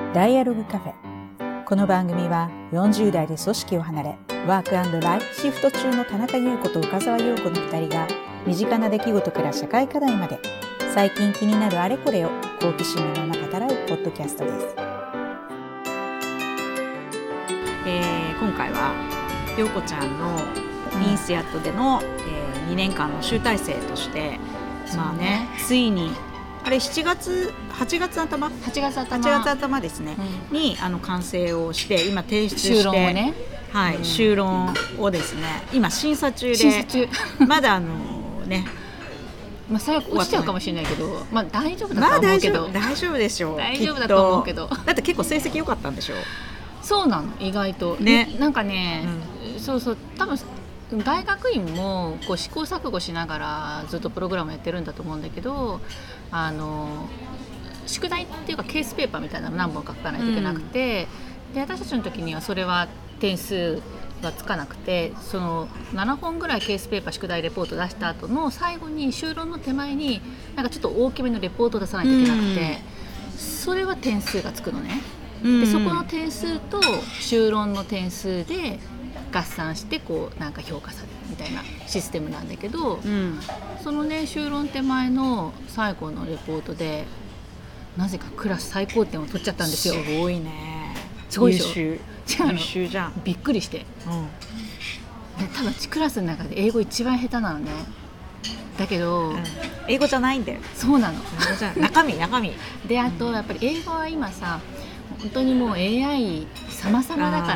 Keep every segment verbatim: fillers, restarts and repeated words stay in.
ダイアログカフェ。この番組はよんじゅう代で組織を離れ、ワーク&ライフシフト中の田中優子と岡澤陽子のふたりが、身近な出来事から社会課題まで、最近気になるあれこれを好奇心のまま語らうポッドキャストです。えー、今回は陽子ちゃんのインスヤットでの、えー、にねんかんの集大成として、まあね、ついにあれしちがつはちがつ頭はちがつ頭はちがつ頭ですね、うん、にあの完成をして今提出して修論をね、 はい、うん、修論をですね今審査中で審査中まだあのねまあ最悪落ちちゃうかもしれないけど、まあ大丈夫だと思うけど、 まあ、大丈夫大丈夫でしょう。 大丈夫だと思うけど、 だって結構成績良かったんでしょう。 そうなの、意外とね、なんかね、うん、そうそう、多分大学院もこう試行錯誤しながらずっとプログラムやってるんだと思うんだけど、あの宿題っていうかケースペーパーみたいなの何本か書かないといけなくて、うん、で私たちの時にはそれは点数がつかなくて、そのななほんぐらいケースペーパー宿題レポート出した後の最後に修論の手前になんかちょっと大きめのレポートを出さないといけなくて、うん、それは点数がつくのね、うん、でそこの点数と修論の点数で合算してこうなんか評価されるみたいなシステムなんだけど、うん、そのね修論手前の最後のレポートでなぜかクラス最高点を取っちゃったんですよ。 すごいね、 すごいでしょ。 優秀優秀じゃん。 びっくりして、うん、で多分クラスの中で英語一番下手なのね。だけど、うん、 英語じゃないんだよ。 そうなの、 英語じゃ中身中身で、あとやっぱり英語は今さ本当にもう エーアイ 様々だから、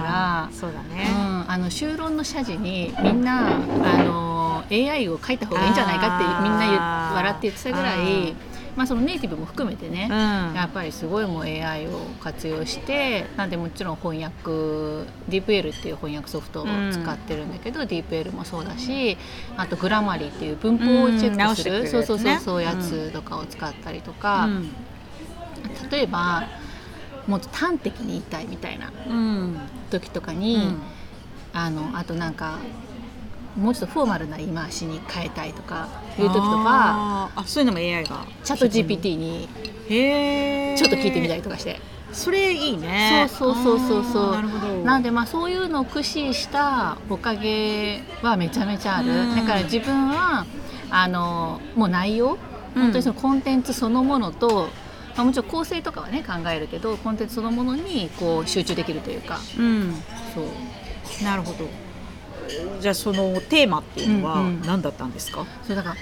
そうだね、 うん、あの修論の謝辞にみんなあの エーアイ を書いた方がいいんじゃないかってみんな笑って言ってたぐらい、まあ、そのネイティブも含めてね、うん、やっぱりすごいもう エーアイ を活用して、なんでもちろん翻訳 ディープエル っていう翻訳ソフトを使ってるんだけど、うん、ディープエル もそうだし、あとグラマリーっていう文法をチェックする、うん、そうそうそうそうやつとかを使ったりとか、うん、例えばもっと端的に言いたいみたいな時とかに、うん、あのあとなんかもうちょっとフォーマルな言い回しに変えたいとかいう時とか、 ああ、そういうのも エーアイ がチャット ジーピーティー にちょっと聞いてみたりとかして、 それいいね。 そうそうそうそうそう。 なるほど。 なんでまあそういうのを駆使したおかげはめちゃめちゃある。だから自分はあのもう内容、うん、本当にそのコンテンツそのものと、まあ、もちろん構成とかはね考えるけど、コンテンツそのものにこう集中できるというか、うん、 そう。なるほど。じゃあそのテーマっていうのは何だったんですか？うんうん、 そうだから、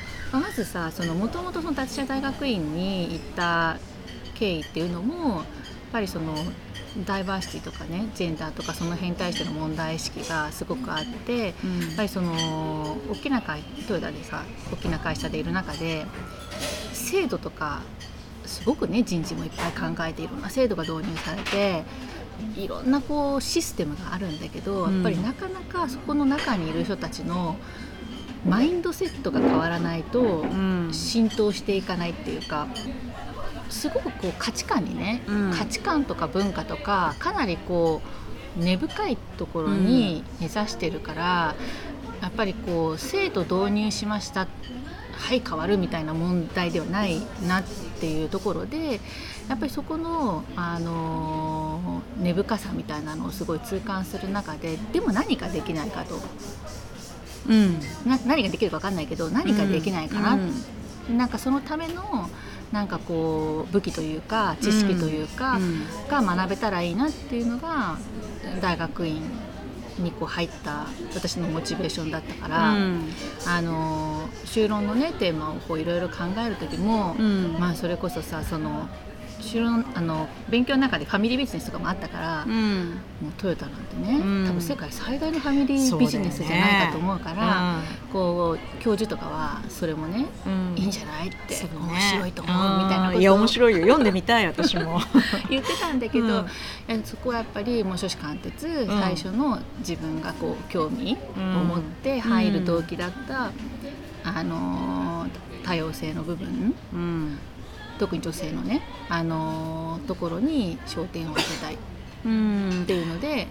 まずさ、そのもともと立社大学院に行った経緯っていうのもやっぱりそのダイバーシティとかね、ジェンダーとかその辺に対しての問題意識がすごくあって、うん、やっぱりその大きな会トヨタでさ大きな会社でいる中で制度とかすごくね、人事もいっぱい考えていろんな制度が導入されていろんなこうシステムがあるんだけど、やっぱりなかなかそこの中にいる人たちのマインドセットが変わらないと浸透していかないっていうか、すごくこう価値観にね、うん、価値観とか文化とかかなりこう根深いところに根ざしてるから、うん、やっぱりこう制度導入しましたはい変わるみたいな問題ではないなっていうところで、やっぱりそこの、あのー、根深さみたいなのをすごい痛感する中で、でも何かできないかと、うん、な何ができるか分かんないけど何かできないかな、うんうん、なんかそのためのなんかこう武器というか知識というか、うん、が学べたらいいなっていうのが大学院にこう入った私のモチベーションだったから、うん、あの修論のねテーマをいろいろ考える時も、うん、まあそれこそさ、その修論あの勉強の中でファミリービジネスとかもあったから、うん、もうトヨタなんてね、うん、多分世界最大のファミリービジネスじゃないかと思うから、ね、うん、こう教授とかはそれもね、うん、いいんじゃないって、ね、面白いと思うみたいなことを、 いや面白いよ、読んでみたい私も言ってたんだけど、うん、そこはやっぱりもう初志貫徹、うん、最初の自分がこう興味を持って入る動機だった、うん、あの多様性の部分、うん、特に女性のね、あのー、ところに焦点を当てたいっていうので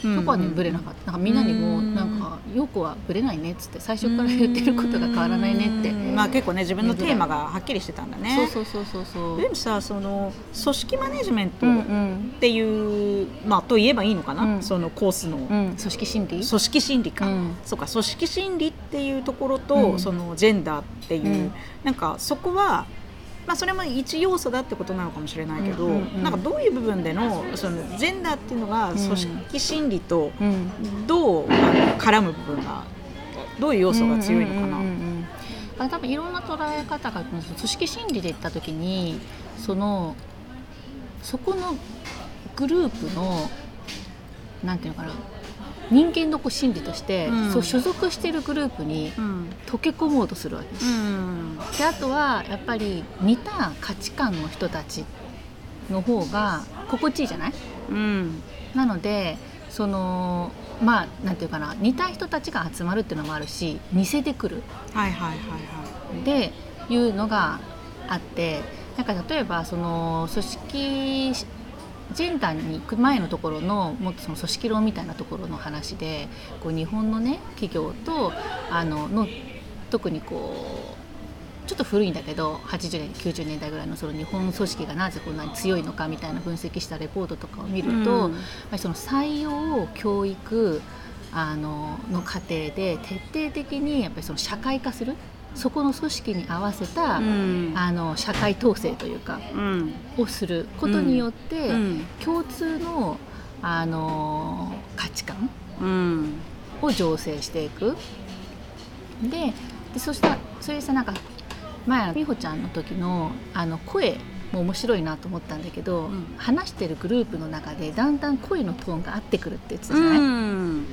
うん、そこはねブレなかった。なんかみんなにもなんか陽子はブレないねっつって、最初から言ってることが変わらないねって、 まあ、結構ね自分のテーマがはっきりしてたんだね。 そうそうそうそう。 でもさ、その組織マネジメントっていう、うんうん、まあと言えばいいのかな、うん、そのコースの、うん、 組織心理組織心理か、うん、そうか、組織心理っていうところと、うん、そのジェンダーっていう、うん、なんかそこはまあ、それも一要素だってことなのかもしれないけど、うんうんうん、なんかどういう部分での、そのジェンダーっていうのが組織心理とどう、うん、あの絡む部分が、どういう要素が強いのかな、うんうんうんうん、多分いろんな捉え方が、組織心理で言った時にそのそこのグループのなんていうのかな、人間のこう心理として、うん、そう所属しているグループに溶け込もうとするわけです、うん、であとはやっぱり似た価値観の人たちの方が心地いいじゃない、うん、なのでそのまあなんていうかな、似た人たちが集まるっていうのもあるし、似せてくる、はいはいはいはい、でいうのがあって、なんか例えばその組織ジェンダーに行く前のところのもっとその組織論みたいなところの話で、こう日本のね企業とあのの特にこうちょっと古いんだけどはちじゅうねんきゅうじゅうねんだいぐらいのその日本組織がなぜこんなに強いのかみたいな分析したレポートとかを見ると、うん、やっぱりその採用教育あのの過程で徹底的にやっぱりその社会化する、そこの組織に合わせた、うん、あの社会統制というか、うん、をすることによって、うん、共通の、あの価値観を醸成していく。で、でそしたらそれでさ、なんか前美穂ちゃんの時のあの声も面白いなと思ったんだけど、うん、話してるグループの中でだんだん声のトーンが合ってくるって言ってたじゃない、うん、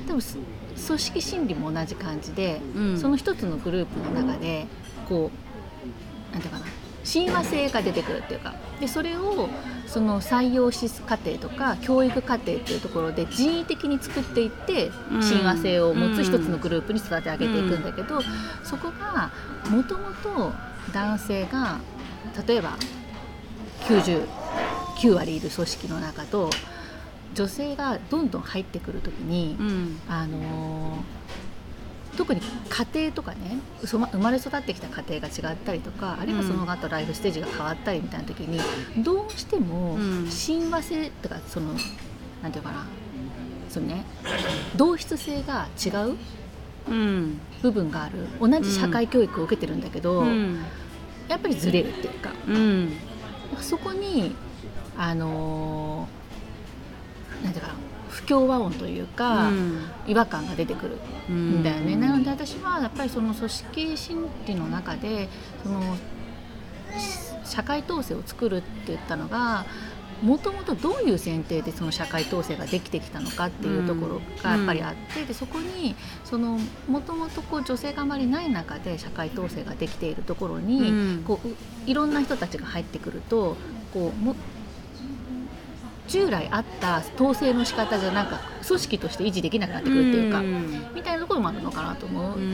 でも組織心理も同じ感じで、うん、その一つのグループの中でこうなんていうかな、親和性が出てくるっていうか、でそれをその採用過程とか教育過程っていうところで人為的に作っていって親和性を持つ一つのグループに育て上げていくんだけど、そこがもともと男性が例えばきゅうじゅうきゅうわりいる組織の中と女性がどんどん入ってくるときに、うん、あの特に家庭とかね、生まれ育ってきた家庭が違ったりとか、あるいはその後ライフステージが変わったりみたいな時に、どうしても親和性とかそのなんていうかな、そのね同質性が違う部分がある、同じ社会教育を受けてるんだけど、うん、やっぱりずれるっていうか、うん、そこにあのなんていうかな、不協和音というか、うん、違和感が出てくるんだよね、うん、なので私はやっぱりその組織心理の中でその社会統制を作るって言ったのが、もともとどういう前提でその社会統制ができてきたのかっていうところがやっぱりあって、うん、でそこにそのもともとこう女性があまりない中で社会統制ができているところに、うん、こういろんな人たちが入ってくるとこうも従来あった統制の仕方じゃなんか組織として維持できなくなってくるっていうか、うん、みたいなところもあるのかなと思う。うん、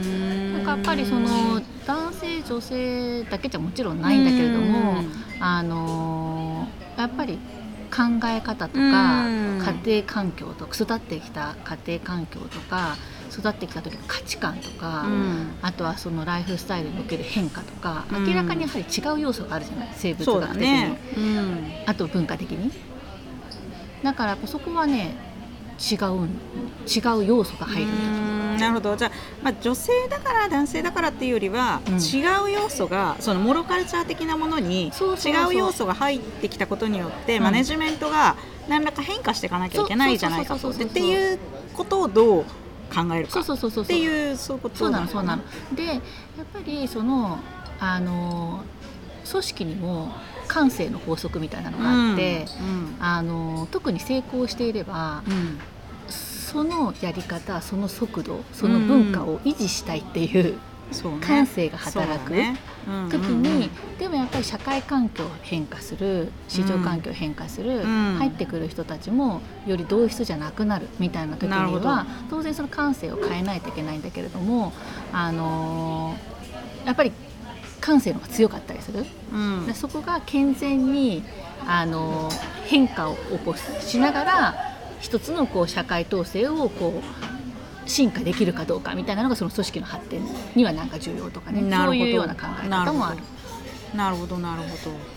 なんかやっぱりその男性女性だけじゃもちろんないんだけれども、うん、あのやっぱり考え方とか、うん、家庭環境とか育ってきた家庭環境とか育ってきた時の価値観とか、うん、あとはそのライフスタイルにおける変化とか、うん、明らかにやはり違う要素があるじゃない、生物学的に、ね、うん、あと文化的に。だからやっぱそこはね違う違う要素が入るんだと思う。 なるほど。じゃあ、まあ、女性だから男性だからっていうよりは、うん、違う要素がそのモロカルチャー的なものに違う要素が入ってきたことによって、うん、マネジメントが何らか変化していかなきゃいけないじゃないかとっていうことをどう考えるかっていうそういうことそうなのそうなので、やっぱりそのあの組織にも感性の法則みたいなのがあって、うんうん、あの特に成功していれば、うん、そのやり方その速度その文化を維持したいっていう、うん、感性が働く、ねね、時に、うんうん、でもやっぱり社会環境変化する市場環境変化する、うん、入ってくる人たちもより同質じゃなくなるみたいな時には当然その感性を変えないといけないんだけれども、あのやっぱり感性の方が強かったりする、うん、でそこが健全にあの変化を起こしながら一つのこう社会統制をこう進化できるかどうかみたいなのがその組織の発展にはなんか重要とかね、そういうような考え方もある。 なるほどなるほど。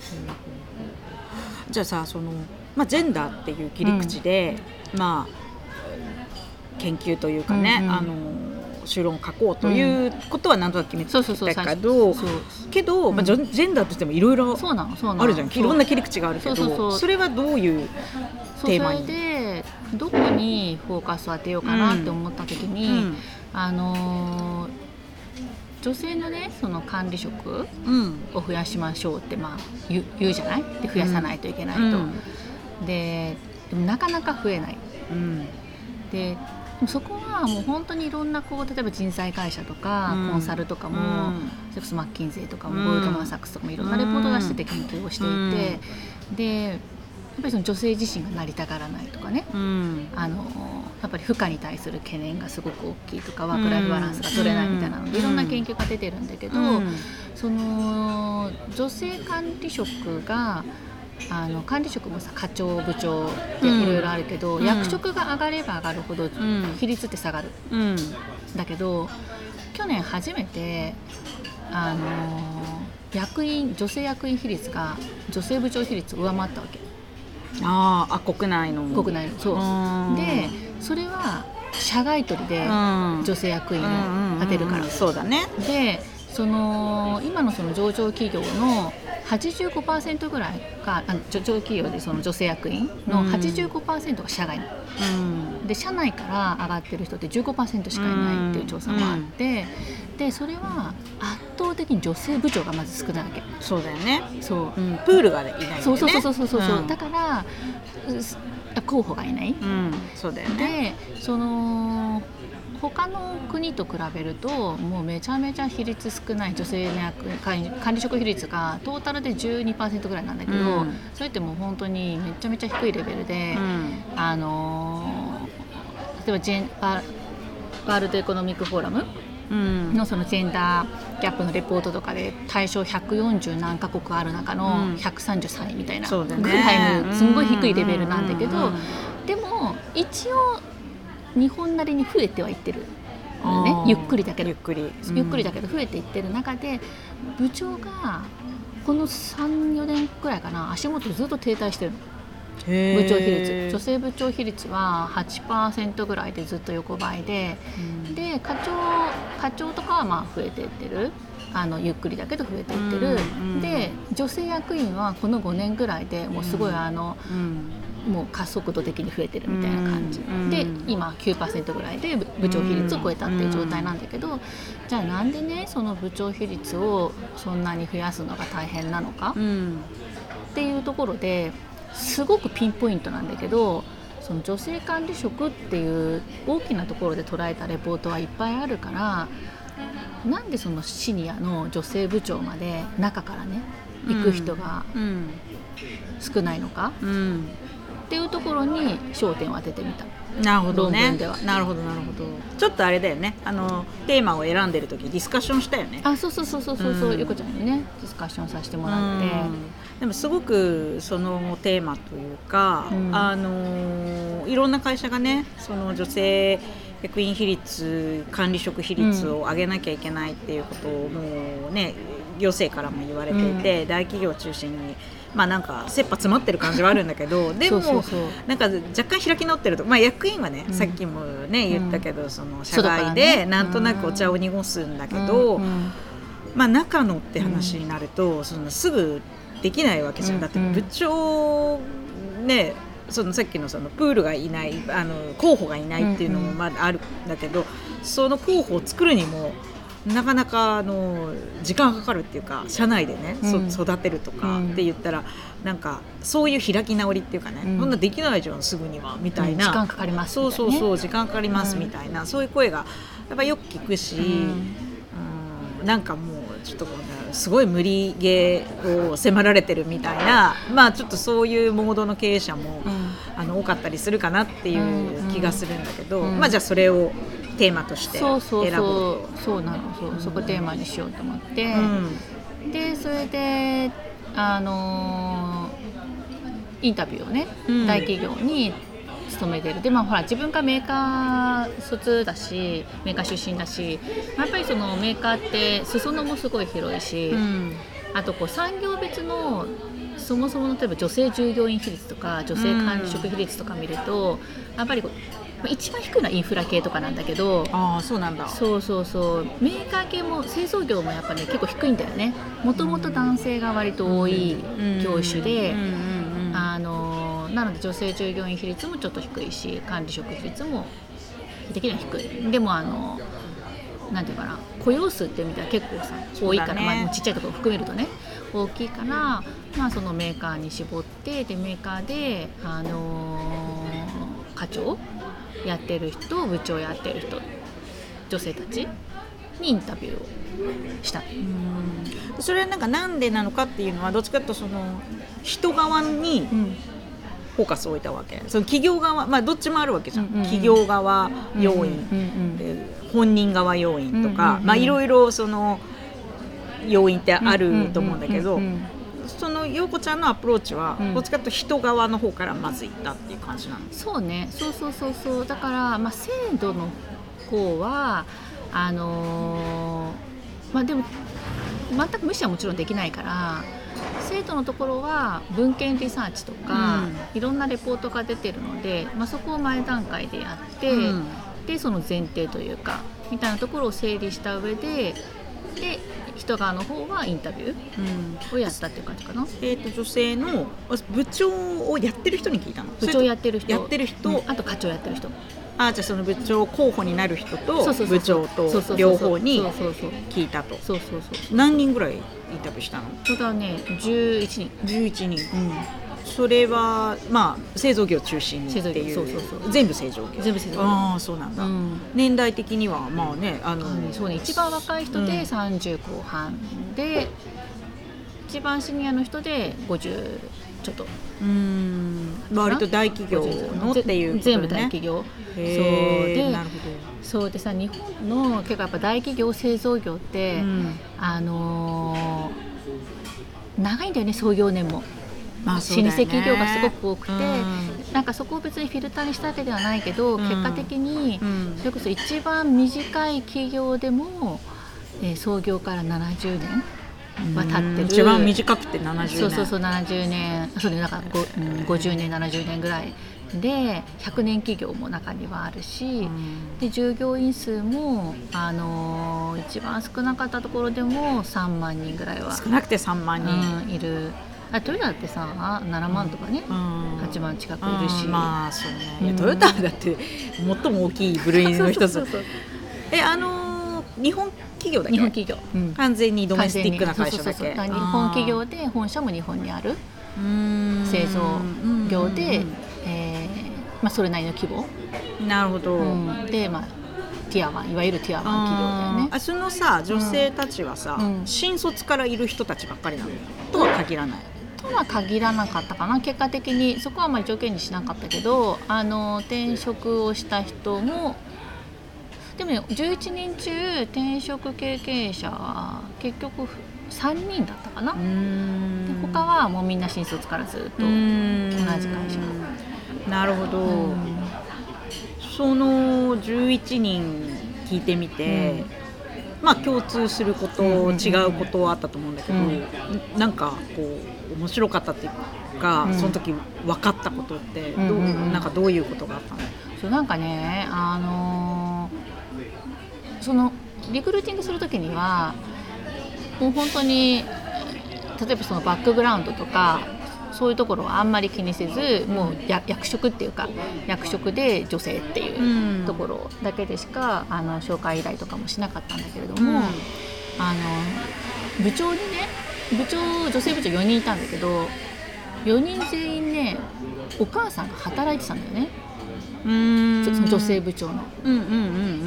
じゃあさ、その、まあ、ジェンダーっていう切り口で、うん、まあ研究というかね、うんうん、あの修論を書こうということは何となく決めてたけど、けど、まあ、ジェンダーとしてもいろいろあるじゃん。いろんな切り口があるけど、そうそうそう、それはどういうテーマに？ それでどこにフォーカスを当てようかなって思った時に、うん、あの女性のねその管理職を増やしましょうって、まあ、言う、言うじゃない。で増やさないといけないと、うん、で, でもなかなか増えない、うん、でそこはもう本当にいろんなこう例えば人材会社とか、うん、コンサルとかも、うん、それこそマッキンゼーとかも、うん、ゴールドマンサックスとかもいろんなレポートを出してて研究をしていて、うん、でやっぱりその女性自身がなりたがらないとかね、うん、あのやっぱり負荷に対する懸念がすごく大きいとか、ワークライフバランスが取れないみたいなので、いろんな研究が出てるんだけど、うん、その女性管理職があの管理職もさ課長部長っていろいろあるけど、うん、役職が上がれば上がるほど比率って下がる、うん、だけど去年初めてあの役員女性役員比率が女性部長比率を上回ったわけ。 ああ、国内の国内のそうで、それは社外取りで女性役員を当てるから、うんうんうんうん、 そうだね。 でその今のその上場企業のはちじゅうごパーセント ぐらいがあの上場企業でその女性役員の はちじゅうごパーセント が社外、うん、で社内から上がってる人って じゅうごパーセント しかいないっていう調査もあって、うん、でそれは圧倒的に女性部長がまず少ないわけ。 そうだよね。 そう、 うん、プールがいないんだよね。 そうそうそうそうそう、うん、だから候補がいない、 うん、そうだよね。 でその他の国と比べるともうめちゃめちゃ比率少ない女性の役管理職比率がトータルで じゅうにパーセント ぐらいなんだけど、うん、それってもう本当にめちゃめちゃ低いレベルで、うん、あの例えばジェンワールドエコノミックフォーラムのそのジェンダーギャップのレポートとかで対象ひゃくよんじゅう何カ国ある中のひゃくさんじゅうさんいみたいなぐらいのすんごい低いレベルなんだけど、でも一応日本なりに増えてはいってる、ね、ゆっくりだけどゆっくり、うん、ゆっくりだけど増えていってる中で、部長がこの さん,よ 年くらいかな足元ずっと停滞してるの。部長比率、女性部長比率は はちパーセント ぐらいでずっと横ばいで、うん、で課長課長とかはまあ増えていってる、あのゆっくりだけど増えていってる、うん、で女性役員はこのごねんぐらいでもうすごいあの、うんもう加速度的に増えてるみたいな感じ、うん、で今 きゅうパーセント ぐらいで部長比率を超えたっていう状態なんだけど、じゃあなんでねその部長比率をそんなに増やすのが大変なのか、うん、っていうところですごくピンポイントなんだけど、その女性管理職っていう大きなところで捉えたレポートはいっぱいあるから、なんでそのシニアの女性部長まで中からね行く人が少ないのか、うんうんっていうところに焦点を当ててみた。 なるほどね。 論文では。 なるほどなるほど。ちょっとあれだよね。あのテーマを選んでる時ディスカッションしたよね。 あ、そうそうそうそうそうそう、うん、ゆこちゃんにねディスカッションさせてもらって。 でもすごくそのテーマというか、うん、あのいろんな会社がねその女性役員比率管理職比率を上げなきゃいけないっていうことをもうね行政からも言われていて、うん、大企業を中心に。まあなんか切羽詰まってる感じはあるんだけどでもそうそうそうなんか若干開き直ってると、まあ、役員はね、うん、さっきもね言ったけど、うん、その社外でなんとなくお茶を濁すんだけど、うんうん、まあ中のって話になると、うん、そのすぐできないわけじゃん、うん、だって部長ねそのさっきのそのプールがいないあの候補がいないっていうのもまだあるんだけど、その候補を作るにもなかなかあの時間がかかるっていうか社内でね、うん、育てるとかって言ったら、うん、なんかそういう開き直りっていうかね、うん、そんなできないじゃんすぐにはみたいな、 うん、時間かかりますみたいな、 そうそうそう時間かかりますみたいな、うん、そういう声がやっぱよく聞くし、うんうん、なんかもうちょっとこう、ね、すごい無理ゲーを迫られてるみたいな、まあちょっとそういうモードの経営者も、うん、あの多かったりするかなっていう気がするんだけど、うんうん、まあじゃあそれをテーマとして選ぶ。そうそうそうそうなの、そう、うん、そこテーマにしようと思って、うん、でそれであのインタビューをね、うん、大企業に勤めてる。でまあほら自分がメーカー卒だしメーカー出身だし、やっぱりそのメーカーって裾野もすごい広いし、うん、あとこう産業別のそもそもの例えば女性従業員比率とか女性管理職比率とか見ると、うん、やっぱりこう一番低いのはインフラ系とかなんだけど、 あそうなんだ。そうそうそうメーカー系も製造業もやっぱね結構低いんだよね。もともと男性が割と多い業種で、あのなので女性従業員比率もちょっと低いし管理職比率も比的には低い。でもあのなんていうかな雇用数って見たら結構さ多いから、ねまあ、ちっちゃいところ含めるとね大きいから、まあ、そのメーカーに絞ってでメーカーで、あのー、課長やってる人部長やってる人女性たちにインタビューをした。 うんそれはなんかなんでなのかっていうのはどっちかというとその人側にフォーカスを置いたわけ、うん、その企業側、まあ、どっちもあるわけじゃん、うんうんうん、企業側要因、うんうんうん、本人側要因とか、うんうんうん、まあいろいろその要因ってあると思うんだけど、うんうんうんうんその陽子ちゃんのアプローチは、うん、どっちかというと人側の方からまず行ったっていう感じなの。 そうねそうそうそうそうだから、まあ、制度の方はあのー、まあでも全く無視はもちろんできないから制度のところは文献リサーチとか、うん、いろんなレポートが出てるので、まあ、そこを前段階でやって、うん、でその前提というかみたいなところを整理した上でで人側の方はインタビューをやったっていう感じかな、うんえー、と女性の部長をやってる人に聞いたの。 部長やってる人やってる人、 うん、あと課長やってる人あじゃあその部長候補になる人と部長と両方に聞いたと。 そうそうそう何人ぐらいインタビューしたの？ そうだねじゅういちにんじゅういちにん、うん、それはまあ製造業中心にっていう、 そうそうそう全部製造業全部製造業ああそうなんだ、うん、年代的にはまあねあのあのそうね一番若い人でさんじゅうこう半で、うん、一番シニアの人でごじゅうちょっとうーん割と大企業のっていうことね。 全部大企業そうでなるほどそうでさ日本の結構やっぱ大企業製造業って、うん、あのー、長いんだよね創業年も。まあね、老舗企業がすごく多くて、うん、なんかそこを別にフィルターにしたわけではないけど、うん、結果的にそれこそ一番短い企業でも、えー、創業からななじゅうねんは経ってる。 一番短くてななじゅうねんそうそうそうななじゅうねんそうねだからご、うん、ごじゅうねんななじゅうねんぐらいでひゃくねん企業も中にはあるし、うん、で従業員数も、あのー、一番少なかったところでもさんまんにんぐらいは少なくてさんまんにん、 うん、いる。あトヨタってさななまんとかね、うん、はちまん近くいるし、 うん、まあそうね、うん、トヨタだって最も大きい部類の一つそうそうそうそうえあのー、日本企業だっけ？ 日本企業、うん、 完全にドメスティックな会社だけ。 そうそうそうそう日本企業で本社も日本にある製造業で、えーまあ、それなりの規模なるほど、 うん、でまあティアワンいわゆるティアワン企業だよね。 あそのさ女性たちはさ、うん、新卒からいる人たちばっかりなのとは限らない？ とは限らなかったかな。結果的にそこはあまり条件にしなかったけどあの転職をした人もでも、ね、じゅういちにん中転職経験者は結局さんにんだったかな。うーんで他はもうみんな新卒からずっと同じ会社。 なるほど。そのじゅういちにん聞いてみて、うん、まあ共通すること、うんうんうん、違うことはあったと思うんだけど、うん、なんかこう面白かったっていうか、うん、その時分かったことってどう、うんうんうん、なんかどういうことがあったの？ そうなんかね、あのー、そのリクルーティングする時にはもう本当に例えばそのバックグラウンドとかそういうところはあんまり気にせずもう役職っていうか役職で女性っていうところだけでしかあの紹介依頼とかもしなかったんだけれども、うん、あの部長にね部長女性部長よにんいたんだけどよにん全員ねお母さんが働いてたんだよね。うーんその女性部長の、うんうんうんうん、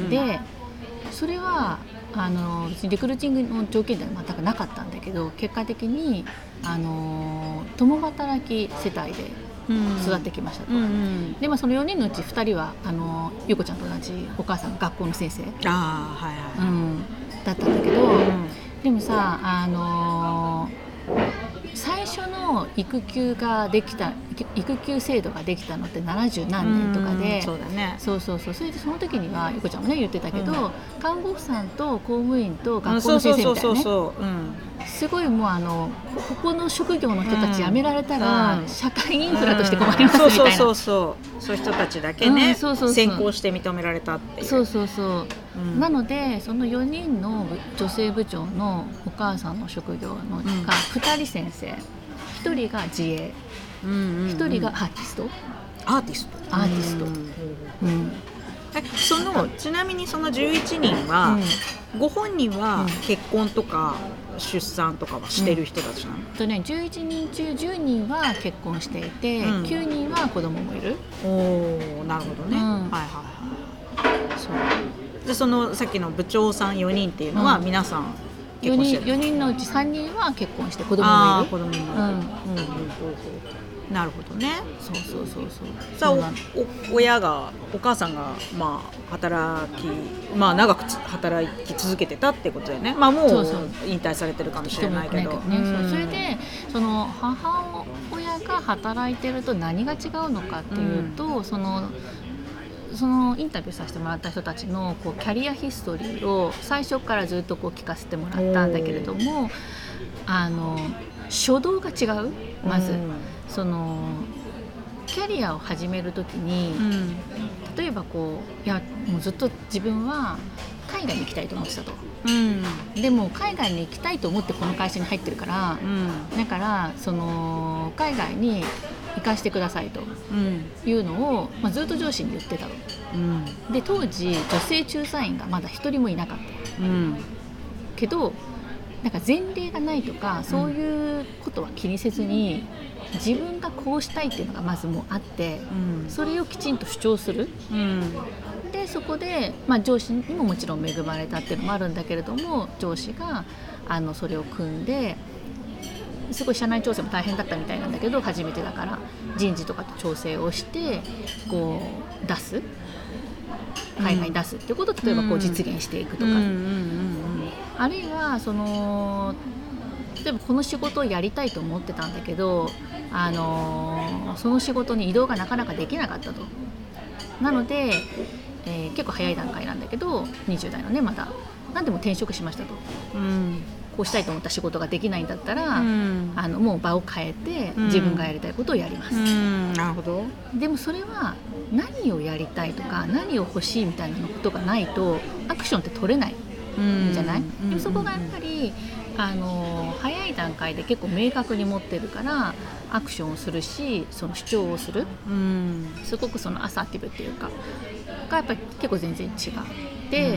でそれはあの別にリクルーティングの条件では全くなかったんだけど結果的にあの共働き世帯で育ってきましたと、うんうん、で、まあ、そのよにんのうちふたりはあのゆうこちゃんと同じお母さんが学校の先生あ、はいはいうん、だったんだけど、うん、でもさあの最初の育休ができた育休制度ができたのってななじゅうなんねんとかで、 そうだね、 そうそうそう、それでその時にはゆこちゃんもね言ってたけど、うん、看護婦さんと公務員と学校の先生みたいなね、すごいもうあのここの職業の人たち辞められたら、うん、社会インフラとして困りますみたいな、そうそうそうそういう人たちだけね、うん、そうそうそう先行して認められたっていう、そうそうそう、うん、なのでそのよにんの女性部長のお母さんの職業のがふたり先生、ひとりが自営、うんうんうん、ひとりがアーティストアーティストアーティスト、うんうん、 えそのちなみにそのじゅういちにんは、うん、ご本人は結婚とか出産とかはしてる人たちなの、うんとね、じゅういちにん中じゅうにんは結婚していて、うん、きゅうにんは子供もいる。 おー、なるほどね、うん、はいはいはい。そうでそのさっきの部長さんよにんっていうのは皆さん結婚してる、 よにん、よにんのうちさんにんは結婚して子供もいる。 子供もいる、うんうんうんうん、なるほどね。 そうそうそうそう。 さあお親がお母さんがまあ働きまあ長く働き続けてたってことだよね。まあもう引退されてるかもしれないけど。 ね、そうそれでその母親が働いてると何が違うのかっていうと、うん、そのそのインタビューさせてもらった人たちのこうキャリアヒストリーを最初からずっとこう聞かせてもらったんだけれども、あの初動が違う。まずそのキャリアを始めるときに、うん、例えばこういやもうずっと自分は海外に行きたいと思ってたと、うん、でも海外に行きたいと思ってこの会社に入ってるから、うん、だからその海外に行かせてくださいというのを、まあ、ずっと上司に言ってたの、うん、で当時女性駐在員がまだ一人もいなかった、うん、けどなんか前例がないとかそういうことは気にせずに、うん、自分がこうしたいっていうのがまずもうあって、うん、それをきちんと主張する、うん、でそこで、まあ、上司にももちろん恵まれたっていうのもあるんだけれども上司があのそれを組んですごい社内調整も大変だったみたいなんだけど初めてだから人事とかと調整をしてこう出す海外に出すっていうことを例えばこう実現していくとか、うんうんうんうん、あるいはその例えばこの仕事をやりたいと思ってたんだけど、あのー、その仕事に移動がなかなかできなかったと。なので、えー、結構早い段階なんだけどにじゅう代のねまだ何でも転職しましたと、うん、こうしたいと思った仕事ができないんだったら、うん、あのもう場を変えて自分がやりたいことをやります、うん、 なるほど。 でもそれは何をやりたいとか何を欲しいみたいなことがないとアクションって取れないんじゃない、うん、でもそこがやっぱりあの早い段階で結構明確に持ってるからアクションをするしその主張をする、うん、すごくそのアサーティブっていうかがやっぱり結構全然違って、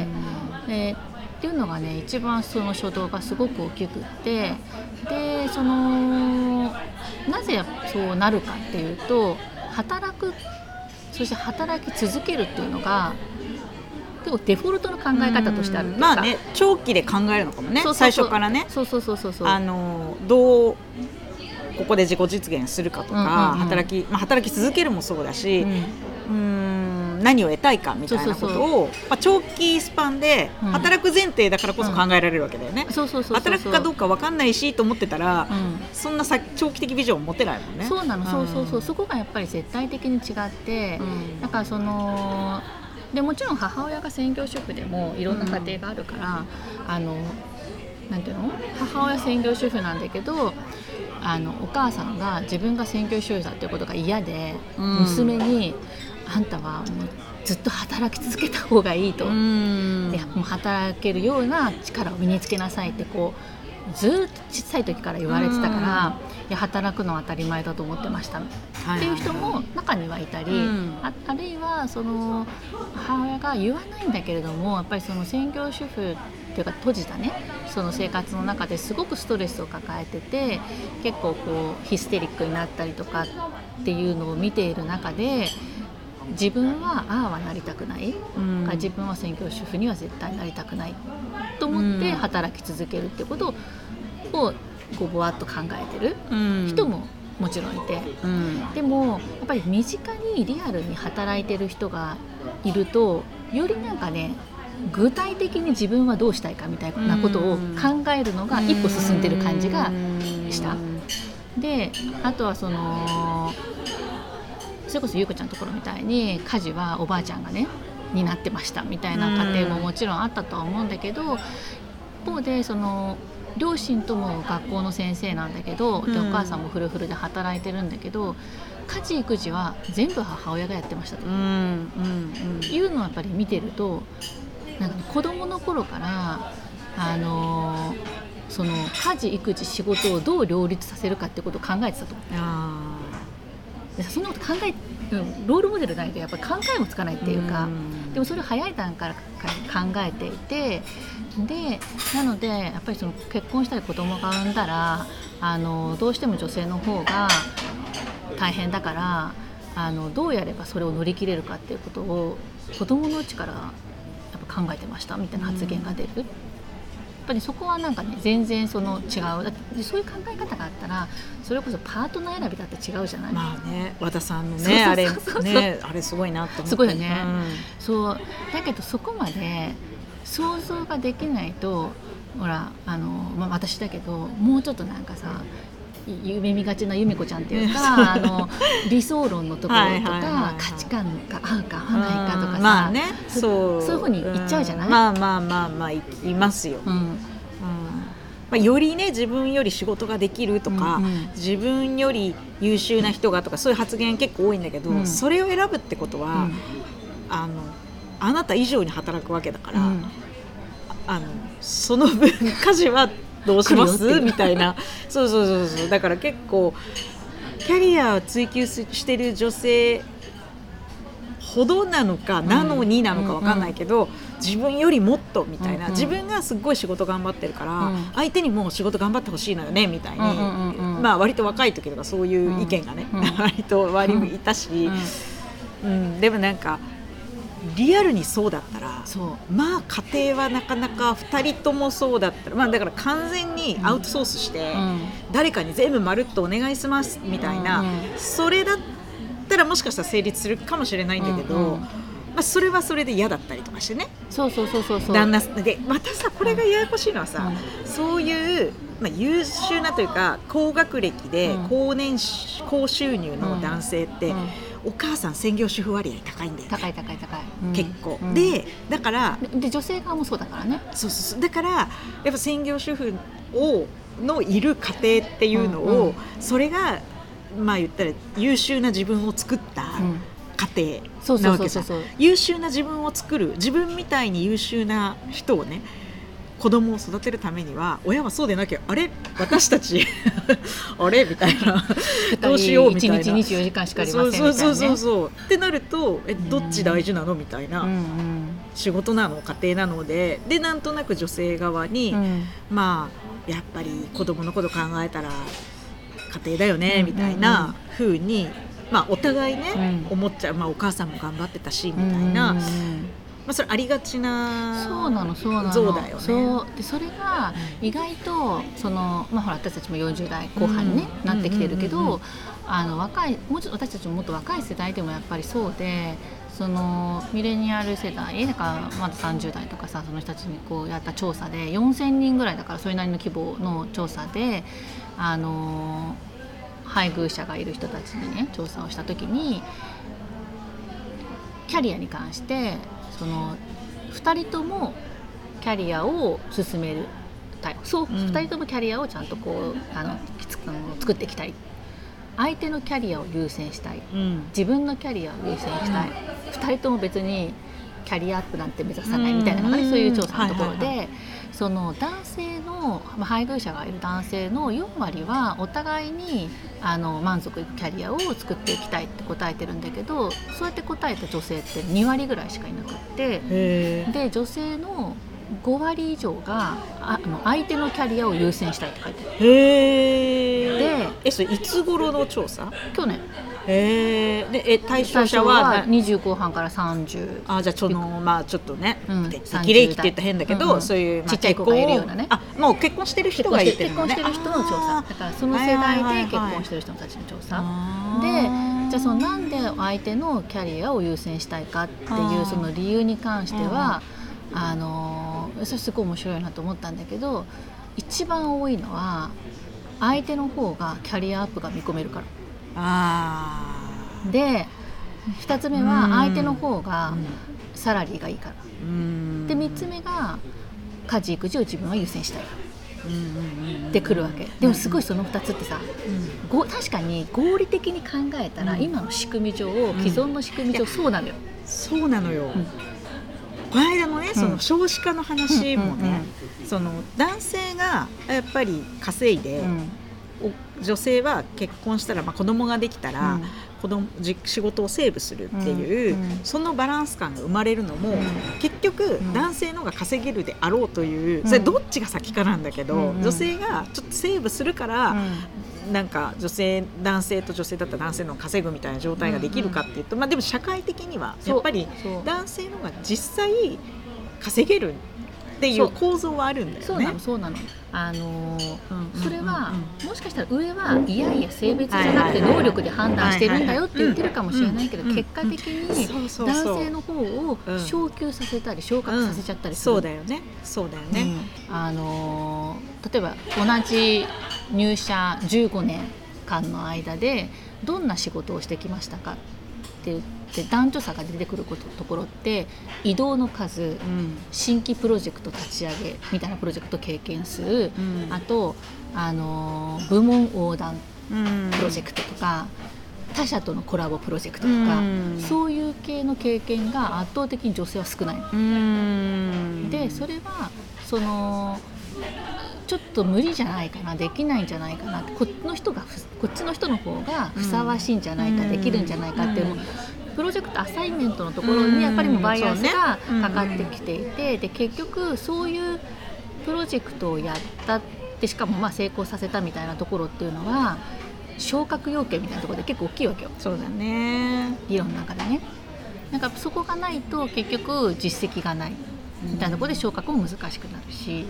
うんえー、っていうのがね一番その初動がすごく大きくってでそのなぜそうなるかっていうと働くそして働き続けるっていうのが結構デフォルトの考え方としてあるっていうか、 まあね、長期で考えるのかもね。そうそうそう最初からね。 そうそうそうそうそうあのどうここで自己実現するかとか、うんうんうん働き、まあ、働き続けるもそうだし、うん、うーん何を得たいかみたいなことをそうそうそう、まあ、長期スパンで働く前提だからこそ考えられるわけだよね。働くかどうか分かんないしと思ってたら、うん、そんなさ長期的ビジョンを持てないもんね。 そうなの、うん、そうそうそうそこがやっぱり絶対的に違って、うん、だからそのでもちろん母親が専業主婦でもいろんな家庭があるから、うん、あのなんていうの母親専業主婦なんだけどあのお母さんが自分が専業主婦だっていうことが嫌で、うん、娘にあんたはもうずっと働き続けた方がいいと、うん、いやもう働けるような力を身につけなさいってこうずっと小さい時から言われてたから、うん、いや働くのは当たり前だと思ってました、はい、っていう人も中にはいたり、うん、あ, あるいはその母親が言わないんだけれどもやっぱりその専業主婦っていうか閉じたねその生活の中ですごくストレスを抱えてて結構こうヒステリックになったりとかっていうのを見ている中で自分はああはなりたくない、うん、自分は専業主婦には絶対なりたくないと思って働き続けるってことをこうぼわっと考えてる人ももちろんいて、うん、でもやっぱり身近にリアルに働いてる人がいるとよりなんかね具体的に自分はどうしたいかみたいなことを考えるのが一歩進んでる感じがした。 であとはそのそれこそゆうこちゃんのところみたいに家事はおばあちゃんがね担ってましたみたいな家庭ももちろんあったとは思うんだけど、一方でその両親とも学校の先生なんだけど、でお母さんもフルフルで働いてるんだけど、家事育児は全部母親がやってましたと、うんうんうん、いうのをやっぱり見てると、なんか子供の頃からあのー、その家事育児仕事をどう両立させるかってことを考えてたと。あでそんなこと考えロールモデルないとやっぱり考えもつかないっていうか、うん、でもそれを早い段階から考えていて、でなのでやっぱりその結婚したり子供が産んだらあのどうしても女性の方が大変だから、あのどうやればそれを乗り切れるかっていうことを子供のうちからやっぱ考えてましたみたいな発言が出る、うん、やっぱりそこはなんかね全然その違う、だってそういう考え方があったらそれこそパートナー選びだって違うじゃない。 まあね、和田さんのねあれねあれすごいなって思って、 すごいよね、うん、そうだけどそこまで想像ができないと、ほらあの、まあ、私だけどもうちょっとなんかさ夢見がちな由美子ちゃんっていうかあの理想論のところとか、はいはいはいはい、価値観が合うか合わないかとかさ、 まあね、 そうそういうふうに言っちゃうじゃない、 うん、まあまあまあまあいますよ、うんうん、まあ、よりね自分より仕事ができるとか、うんうん、自分より優秀な人がとかそういう発言結構多いんだけど、うん、それを選ぶってことは、うん、あのあなた以上に働くわけだから、うん、あのその分家事はどうしますみたいなそうそうそうそう、だから結構キャリアを追求してる女性ほどなのか、うん、なのになのか分かんないけど、うんうん、自分よりもっとみたいな、うんうん、自分がすごい仕事頑張ってるから、うん、相手にも仕事頑張ってほしいのよねみたいに、うんうんうん、まあ割と若い時とかそういう意見がね、うん、割と割にいたし、うんうん、でもなんかリアルにそうだったら、そうまあ家庭はなかなかふたりともそうだったら、まあだから完全にアウトソースして、うん、誰かに全部まるっとお願いしますみたいな、うんうん、それだったらもしかしたら成立するかもしれないんだけど、うんうん、まあ、それはそれで嫌だったりとかしてね、 そうそうそうそうそう、 旦那でまたさこれがややこしいのはさ、うん、そういう、まあ、優秀なというか高学歴で、うん、高年高収入の男性って、うんうん、お母さん専業主婦割合高いんだよね。 高い高い高い、 うん、結構、うん、でだからで女性側もそうだからね。 そうそうそう、だからやっぱ専業主婦をのいる家庭っていうのを、うんうん、それがまあ言ったら優秀な自分を作った家庭なわけさ。優秀な自分を作る、自分みたいに優秀な人をね子供を育てるためには親はそうでなきゃ、あれ私たちあれみたいなどうしようみたいな、 いちにちにじゅうよじかんしかありませんみたいな、ね、 そうそうそうそうってなるとえどっち大事なのみたいな、うんうん、仕事なの家庭なので、でなんとなく女性側に、うん、まあやっぱり子供のこと考えたら家庭だよねみたいな風に、まあ、お互いね、うん、思っちゃう、まあ、お母さんも頑張ってたしみたいな、うんうんうん、まあ、それありがちなそうなのそうなの像だよね。 そうでそれが意外とその、まあ、ほら私たちもよんじゅう代後半に、ね、うん、なってきてるけど、うんうんうんうん、あの若いもうちょっと私たちももっと若い世代でもやっぱりそうで、そのミレニアル世代だからまださんじゅう代とかさ、その人たちにこうやった調査でよんせんにんぐらいだから、それなりの規模の調査で、あの配偶者がいる人たちにね調査をした時に、キャリアに関してそのふたりともキャリアを進めるたい、そう、うん、ふたりともキャリアをちゃんとこうあの作っていきたい、相手のキャリアを優先したい、うん、自分のキャリアを優先したい、うん、ふたりとも別にキャリアアップなんて目指さないみたいなのが、ね、うん、そういう調査のところで、はいはいはい、その男性の、まあ、配偶者がいる男性のよんわりはお互いにあの満足いくキャリアを作っていきたいって答えてるんだけど、そうやって答えた女性ってにわりぐらいしかいなくって、で女性のごわり以上があの相手のキャリアを優先したいって書いてある。 へでえそれいつ頃の調査？ 去年。 へでえ対象者はにじゅう後半からさんじゅう、 あじゃあそのまあちょっとね、うん、適齢期って言ったら変だけど、うんうん、そういう、まあ、 ちっちゃい子がいるようなね、 あもう結婚してる人がいてるのね、 結婚してる人の調査だから、その世代で結婚してる人たちの調査、はいはいはい、でじゃあそのなんで相手のキャリアを優先したいかっていうその理由に関しては、あのそれすごい面白いなと思ったんだけど、一番多いのは相手の方がキャリアアップが見込めるから。 あでふたつめは相手の方がサラリーがいいから。でみっつめが家事育児を自分は優先したいってくるわけ。でもすごいそのふたつってさ、ご確かに合理的に考えたら、うん、今の仕組み上、うん、既存の仕組み上そうなのよ。 そうなのよ、うん、この間のね、その少子化の話もね、その男性がやっぱり稼いで、うん、女性は結婚したら、まあ、子供ができたら、うん、子供仕事をセーブするっていう、うん、そのバランス感が生まれるのも、うん、結局男性の方が稼げるであろうという、うん、それどっちが先かなんだけど、うん、女性がちょっとセーブするから、うん、なんか女性男性と女性だったら男性の稼ぐみたいな状態ができるかっていうと、うん、まあ、でも社会的にはやっぱり男性の方が実際稼げるっていう構造はあるんだよね。 そうなのそうなの、あのーうん、それは、うん、もしかしたら上はいやいや性別じゃなくて能力で判断してるんだよって言ってるかもしれないけど、結果的に男性の方を昇給させたり昇格させちゃったりする、 うんうん、そうだよねそうだよね、 うん、あのー、例えば同じ入社じゅうごねんかんの間でどんな仕事をしてきましたかって言ってで男女差が出てくることところって移動の数、うん、新規プロジェクト立ち上げみたいなプロジェクト経験数、うん、あと、あのー、部門横断プロジェクトとか、うん、他社とのコラボプロジェクトとか、うん、そういう系の経験が圧倒的に女性は少ない、うん、でそれはそのちょっと無理じゃないかなできないんじゃないかなこっちの人がこっちの人の方がふさわしいんじゃないか、うん、できるんじゃないかっていうのをプロジェクトアサイメントのところにやっぱりもうバイアスがかかってきていて、で結局そういうプロジェクトをやったってしかもまあ成功させたみたいなところっていうのは昇格要件みたいなところで結構大きいわけよ。 そうだね、 理論の中でね。なんかそこがないと結局実績がないみたいなところで昇格も難しくなるし、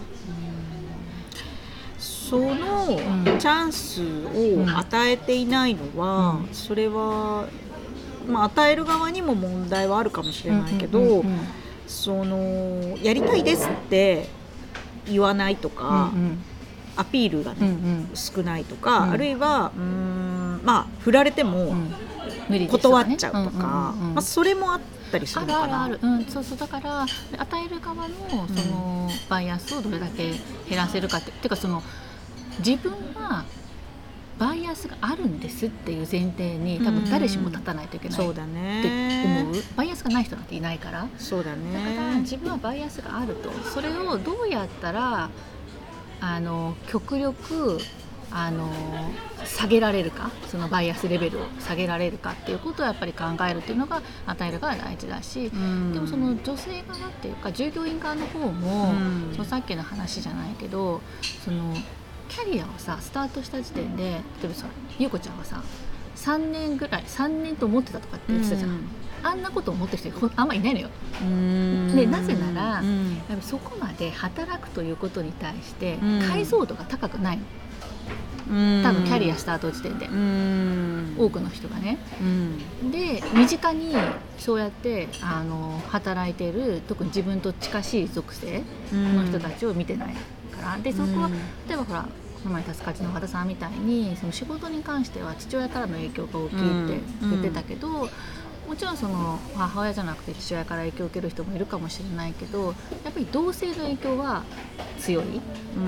そのチャンスを与えていないのは、うん、それはまあ、与える側にも問題はあるかもしれないけど、うんうんうんうん、そのやりたいですって言わないとか、うんうん、アピールが、ねうんうん、少ないとか、うん、あるいはうーん、まあ、振られても断っちゃうとか、うんうんうんうん、まあ、それもあったりするのかな。 あるあるある、うん、そうそう、だから与える側のそのバイアスをどれだけ減らせるかって、てかその自分はバイアスがあるんですっていう前提に多分誰しも立たないといけないって思う、うん、そうだね、バイアスがない人なんていないから。 そうだね、 だから自分はバイアスがあると、それをどうやったらあの極力あの下げられるか、そのバイアスレベルを下げられるかっていうことをやっぱり考えるっていうのが与える側は大事だし、うん、でもその女性側っていうか従業員側の方も、うん、そのさっきの話じゃないけど、そのキャリアをさスタートした時点で、例えばさ優子ちゃんはささんねんぐらいさんねんと思ってたとかって言ってたじゃん、うん、あんなこと思ってる人あんまいないのよ。うーんでなぜなら、うん、そこまで働くということに対して解像度が高くないの、うん、多分キャリアスタート時点で、うん、多くの人がね、うん、で身近にそうやってあの働いている特に自分と近しい属性の人たちを見てないから、でそこは例えばほらこの前達勝の和田さんみたいにその仕事に関しては父親からの影響が大きいって言ってたけど、うんうん、もちろんその母親じゃなくて父親から影響を受ける人もいるかもしれないけど、やっぱり同性の影響は強い、うん、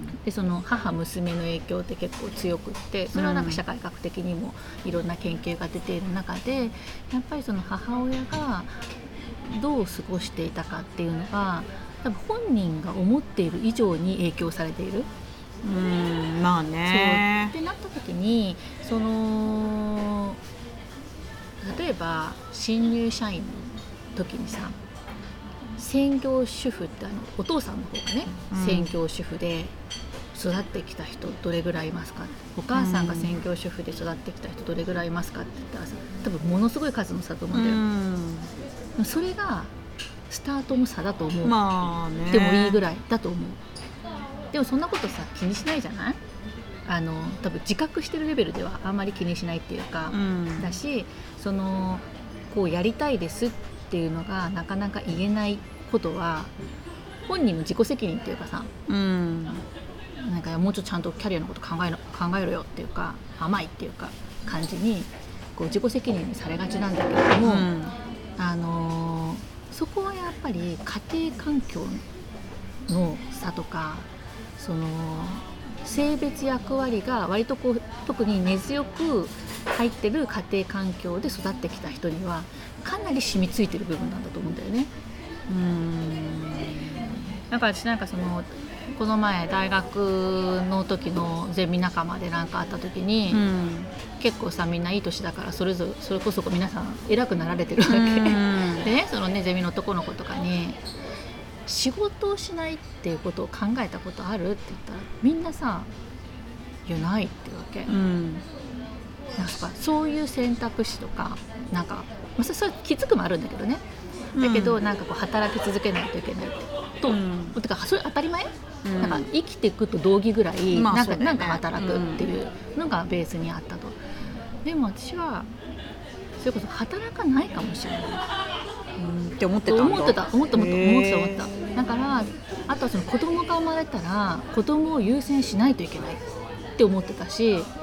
でその母娘の影響って結構強くって、それはなんか社会学的にもいろんな研究が出ている中で、やっぱりその母親がどう過ごしていたかっていうのが多分本人が思っている以上に影響されている。 うーん、まあね。 そうってなった時に、その例えば新入社員の時にさ、専業主婦ってあのお父さんの方がね、うん、専業主婦で育ってきた人どれぐらいいますか、お母さんが専業主婦で育ってきた人どれぐらいいますかって言ったらさ、多分ものすごい数の差だと思うんだよ、うん、それがスタートの差だと思う、まあね、でもいいぐらいだと思う。でもそんなことさ気にしないじゃない。あの多分自覚してるレベルではあんまり気にしないっていうか、うん、だし、そのこうやりたいですっていうのがなかなか言えないことは本人の自己責任っていうかさ、うん、 なんかもうちょっとちゃんとキャリアのこと考えろ、考えろよっていうか甘いっていうか感じにこう自己責任にされがちなんだけれども、うん、あのー、そこはやっぱり家庭環境の差とかその性別役割が割とこう特に根強く入ってる家庭環境で育ってきた人にはかなり染みついてる部分なんだと思うんだよね。うーんだから私なんかそのこの前大学の時のゼミ仲間で何かあった時に、うん、結構さみんないい年だからそれぞれそれこそ皆さん偉くなられてるわけ、うん、でねそのねゼミの男の子とかに仕事をしないっていうことを考えたことあるって言ったらみんなさ言えないってわけ、うん、なんかそういう選択肢とかなんか、まあ、それきつくもあるんだけどねだけど、うん、なんかこう働き続けないといけないと、うん、てかそれ当たり前、うん、なんか生きていくと同義ぐらい、まあなんか、ね、なんか働くっていうのがベースにあったと、うん、でも私はそれこそ働かないかもしれない、 うん、って思ってたんだ思ってた思った思った思ってた思っただからあとはその子供が生まれたら子供を優先しないといけないって思ってたし、うん、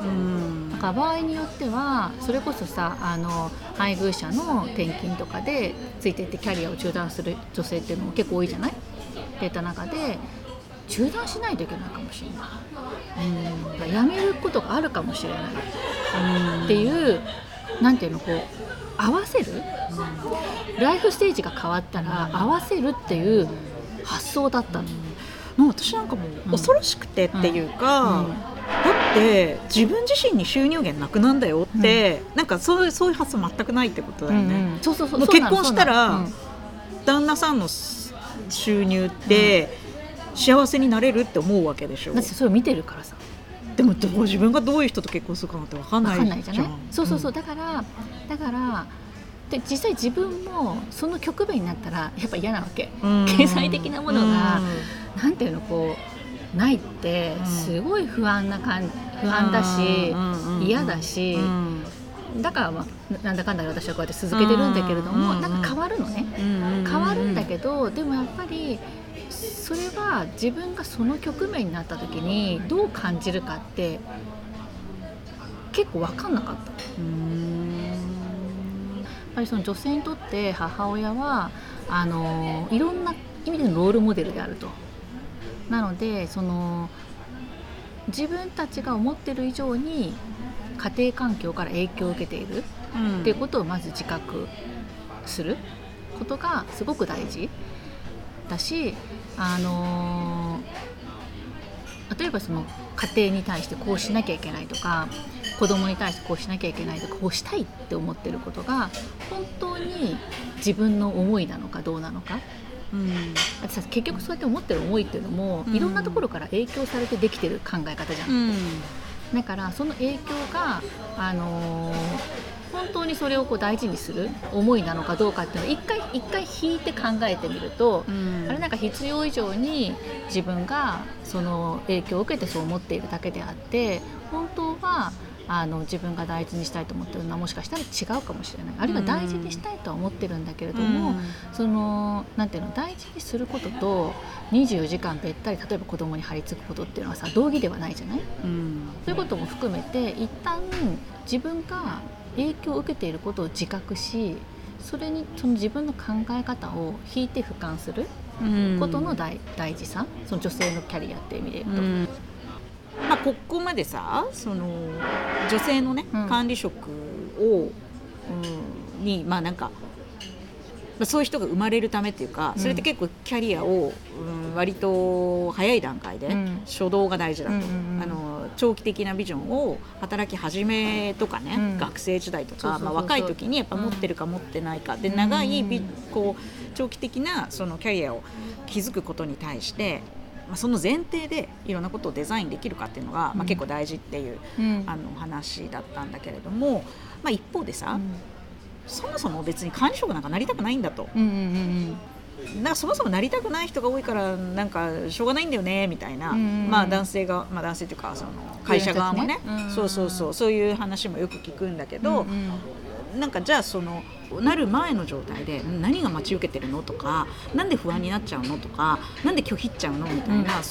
だから場合によってはそれこそさあの配偶者の転勤とかでついていってキャリアを中断する女性っていうのも結構多いじゃないっていった中で中断しないといけないかもしれない、うん、やめることがあるかもしれない、うん、っていうなんていうのこう合わせる、うん、ライフステージが変わったら合わせるっていう発想だったの、 うん、私なんかもう恐ろしくてっていうか、うんうん、だって自分自身に収入源なくなんだよって、うん、なんかそう、そういう発想全くないってことだよね、うんうん、そうそうそうもう結婚したら、うん、旦那さんの収入って幸せになれるって思うわけでしょ。 だってそれを見てるからさ。 でもどう自分がどういう人と結婚するかなんて分かんないじゃん。分かんないじゃない。 そうそうそう、うん、だからだからで実際自分もその局面になったらやっぱ嫌なわけ。経済的なものがなんていうのこうないってすごい不安な感不安だし嫌だし。だから、まあ、なんだかんだ私はこうやって続けてるんだけれども、なんか変わるのね、変わるんだけどでもやっぱりそれは自分がその局面になった時にどう感じるかって結構分かんなかった。うーんやっぱりその女性にとって母親はあのいろんな意味でのロールモデルであると。なのでその自分たちが思ってる以上に家庭環境から影響を受けているっていうことをまず自覚することがすごく大事だし、あのー、例えばその家庭に対してこうしなきゃいけないとか子供に対してこうしなきゃいけないとかこうしたいって思ってることが本当に自分の思いなのかどうなのか、うん、私結局そうやって思ってる思いっていうのも、うん、いろんなところから影響されてできてる考え方じゃん、うんだからその影響が、あのー、本当にそれをこう大事にする思いなのかどうかっていうのを一回一回引いて考えてみると、うん、あれなんか必要以上に自分がその影響を受けてそう思っているだけであって本当はあの自分が大事にしたいと思ってるのはもしかしたら違うかもしれないあるいは大事にしたいとは思ってるんだけれども、うん、そのなんていうの大事にすることとにじゅうよじかんべったり例えば子供に張り付くことっていうのはさ同義ではないじゃない、うん、そういうことも含めて一旦自分が影響を受けていることを自覚しそれにその自分の考え方を引いて俯瞰することの 大, 大事さその女性のキャリアっていう意味で言うと、うんまあ、ここまでさその女性の、ねうん、管理職を、うん、にまあなんかそういう人が生まれるためっていうか、うん、それって結構キャリアを、うん、割と早い段階で、うん、初動が大事だと、うんうんうん、あの長期的なビジョンを働き始めとかね、うん、学生時代とか、そうそうそうそうまあ、若い時にやっぱ持ってるか持ってないか、うん、で長いビこう長期的なそのキャリアを築くことに対してまあ、その前提でいろんなことをデザインできるかっていうのが、うんまあ、結構大事っていう、うん、あの話だったんだけれども、まあ、一方でさ、うん、そもそも別に管理職なんかなりたくないんだと、うんうんうん、なんかそもそもなりたくない人が多いからなんかしょうがないんだよねみたいな、うんうんまあ、男性が、まあ、男性というかその会社側もね、ねそうそうそうそういう話もよく聞くんだけど、うんうん、なんかじゃあそのなる前の状態で何が待ち受けてるのとかなんで不安になっちゃうのとかなんで拒否っちゃうのみたいな、うん、そこの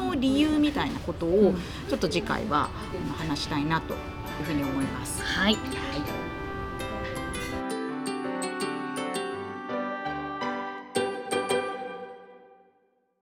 の理由みたいなことをちょっと次回は話したいなというふうに思います。 はい、 はい